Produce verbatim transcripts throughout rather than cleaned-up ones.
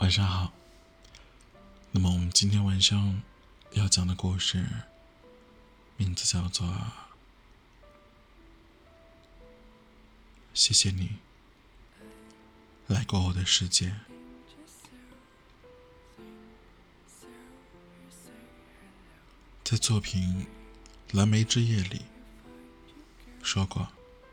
晚上好。那么我们今天晚上要讲的故事名字叫做谢谢你来过我的世界。在作品《蓝莓之夜》里说过，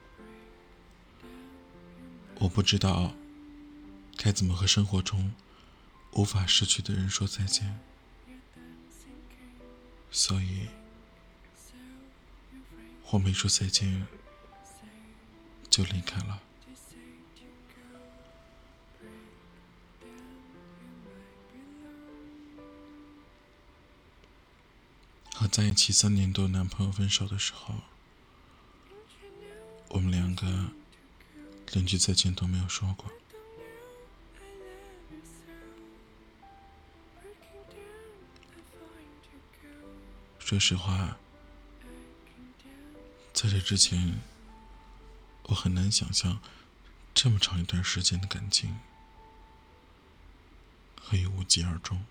我不知道该怎么和生活中无法失去的人说再见，所以我没说再见就离开了。和在一起三年多男朋友分手的时候，我们两个连句再见都没有说过。说实话，在这之前我很难想象这么长一段时间的感情可以无疾而终。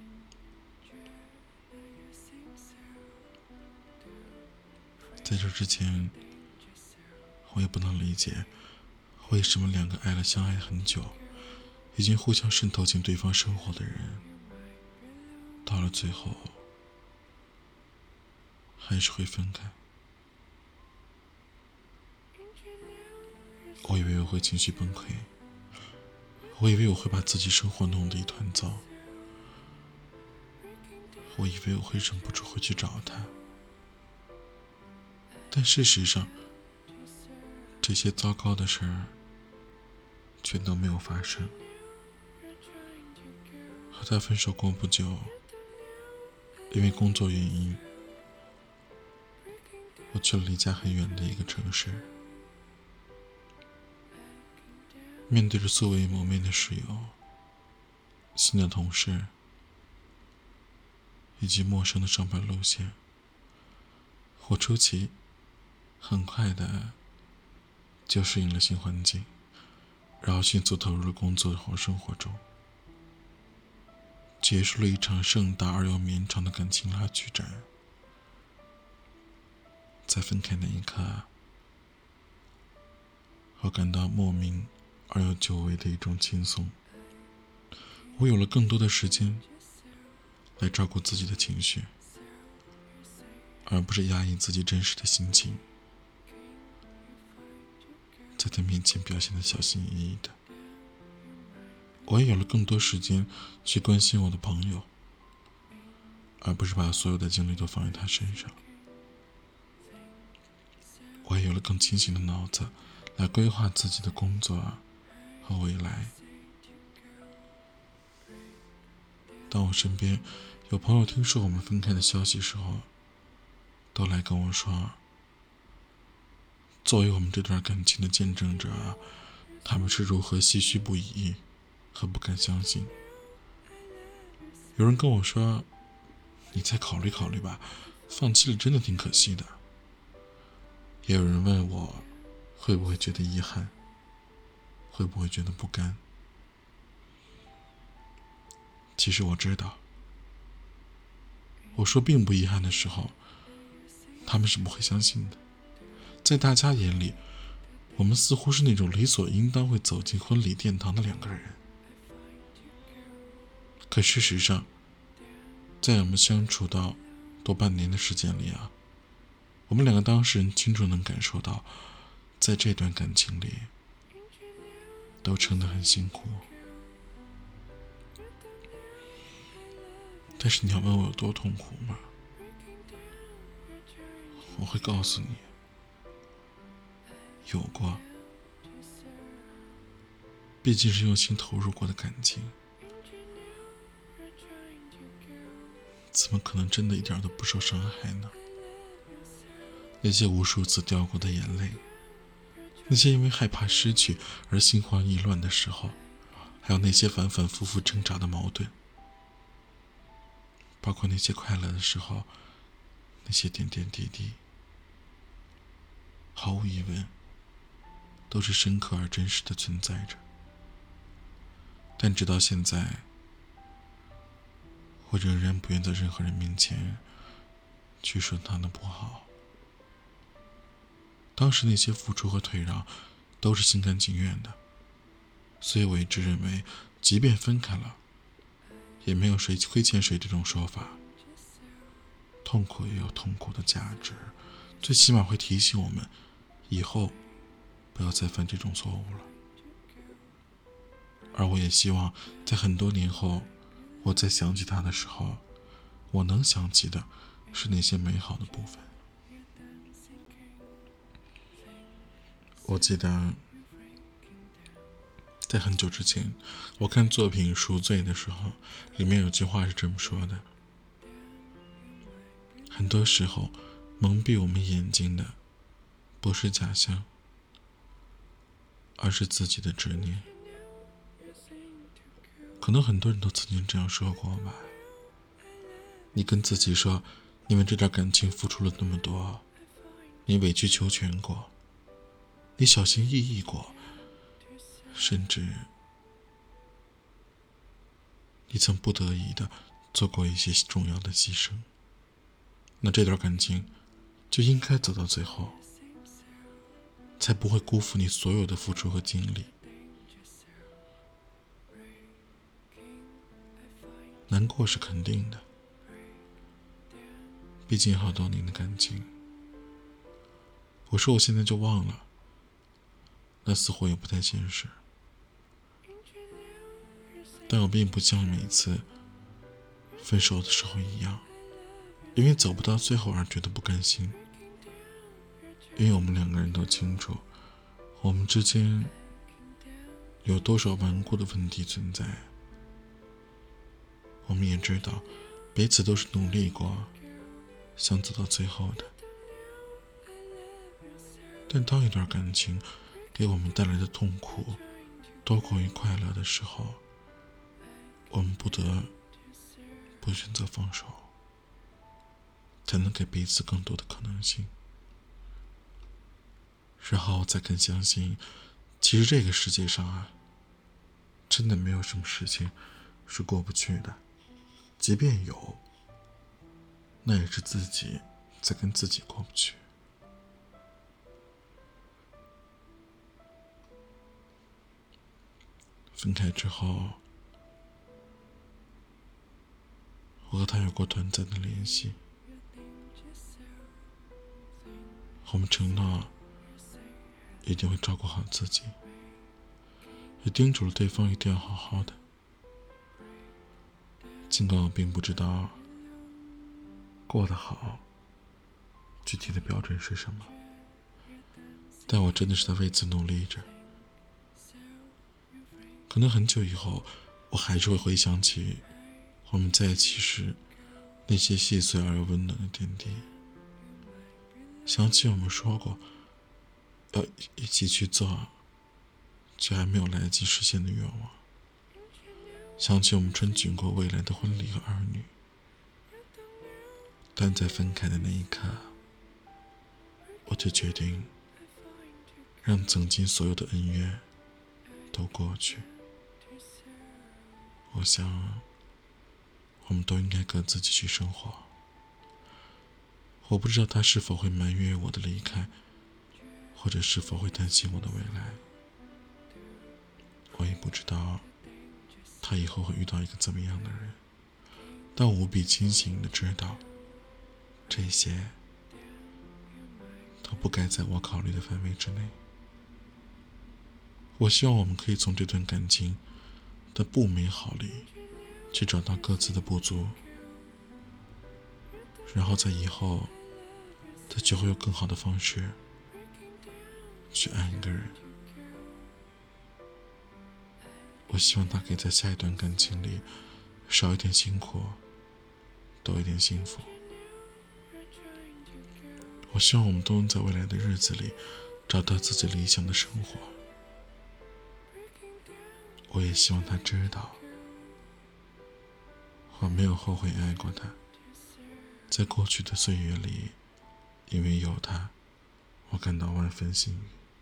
在这之前我也不能理解为什么两个爱了相爱很久，已经互相渗透进对方生活的人，到了最后还是会分开。我以为我会情绪崩溃，我以为我会把自己生活弄得一团糟，我以为我会忍不住回去找他，但事实上这些糟糕的事儿全都没有发生。和他分手过不久，因为工作原因，我去了离家很远的一个城市。面对着素未谋面的室友、新的同事以及陌生的上班路线，我初期很快的就适应了新环境，然后迅速投入了工作和生活中，结束了一场盛大而又绵长的感情拉锯战。在分开那一刻，我感到莫名而又久违的一种轻松。我有了更多的时间来照顾自己的情绪，而不是压抑自己真实的心情，在他面前表现得小心翼翼的。我也有了更多时间去关心我的朋友，而不是把所有的精力都放在他身上。我也有了更清醒的脑子来规划自己的工作和未来。当我身边有朋友听说我们分开的消息时候，都来跟我说，作为我们这段感情的见证者，他们是如何唏嘘不已和不敢相信。有人跟我说，你再考虑考虑吧，放弃了真的挺可惜的。也有人问我会不会觉得遗憾，会不会觉得不甘。其实我知道，我说并不遗憾的时候，他们是不会相信的。在大家眼里，我们似乎是那种理所应当会走进婚礼殿堂的两个人。可事实上，在我们相处到多半年的时间里啊，我们两个当事人清楚能感受到，在这段感情里都撑得很辛苦。但是你要问我有多痛苦吗？我会告诉你，有过，毕竟是用心投入过的感情，怎么可能真的一点都不受伤害呢？那些无数次掉过的眼泪，那些因为害怕失去而心慌意乱的时候，还有那些反反复复挣扎的矛盾，包括那些快乐的时候，那些点点滴滴，毫无疑问都是深刻而真实的存在着。但直到现在， 我仍然不愿在任何人面前去说他的不好。当时那些付出和退让都是心甘情愿的，所以我一直认为，即便分开了，也没有谁亏欠谁这种说法。痛苦也有痛苦的价值，最起码会提醒我们，以后不要再犯这种错误了。而我也希望，在很多年后，我再想起他的时候，我能想起的是那些美好的部分。我记得在很久之前，我看作品《赎罪》的时候，里面有句话是这么说的：很多时候，蒙蔽我们眼睛的不是假象，而是自己的执念。可能很多人都曾经这样说过吧。你跟自己说，你们这段感情付出了那么多，你委曲求全过，你小心翼翼过，甚至你曾不得已的做过一些重要的牺牲，那这段感情就应该走到最后，才不会辜负你所有的付出和精力。难过是肯定的，毕竟好多年的感情。我说我现在就忘了，那似乎也不太现实。但我并不像每次分手的时候一样，因为走不到最后而觉得不甘心。因为我们两个人都清楚，我们之间有多少顽固的问题存在。我们也知道，彼此都是努力过，想走到最后的。但当一段感情给我们带来的痛苦多过于快乐的时候，我们不得不选择放手，才能给彼此更多的可能性。然后我才肯相信，其实这个世界上啊，真的没有什么事情是过不去的，即便有，那也是自己在跟自己过不去。分开之后，我和他有过短暂的联系，我们承诺一定会照顾好自己，也叮嘱了对方一定要好好的。尽管我并不知道过得好具体的标准是什么，但我真的是在为此努力着。可能很久以后，我还是会回想起我们在一起时那些细碎而又温暖的点滴，想起我们说过要一起去做却还没有来得及实现的愿望，想起我们憧憬过未来的婚礼和儿女。但在分开的那一刻，我就决定让曾经所有的恩怨都过去。我想我们都应该各自继续生活。我不知道他是否会埋怨我的离开，或者是否会担心我的未来。我也不知道他以后会遇到一个怎么样的人，但我无比清醒地知道，这些都不该在我考虑的范围之内。我希望我们可以从这段感情的不美好里去找到各自的不足，然后在以后再学会用更好的方式去爱一个人。我希望他可以在下一段感情里少一点辛苦，多一点幸福。我希望我们都能在未来的日子里找到自己理想的生活。我也希望他知道，我没有后悔爱过他。在过去的岁月里，因为有他，我感到万分幸运。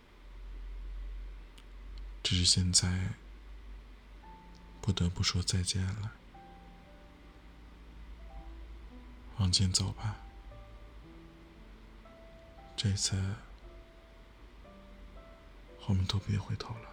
只是现在不得不说再见了。 往前走吧，这次我们都别回头了。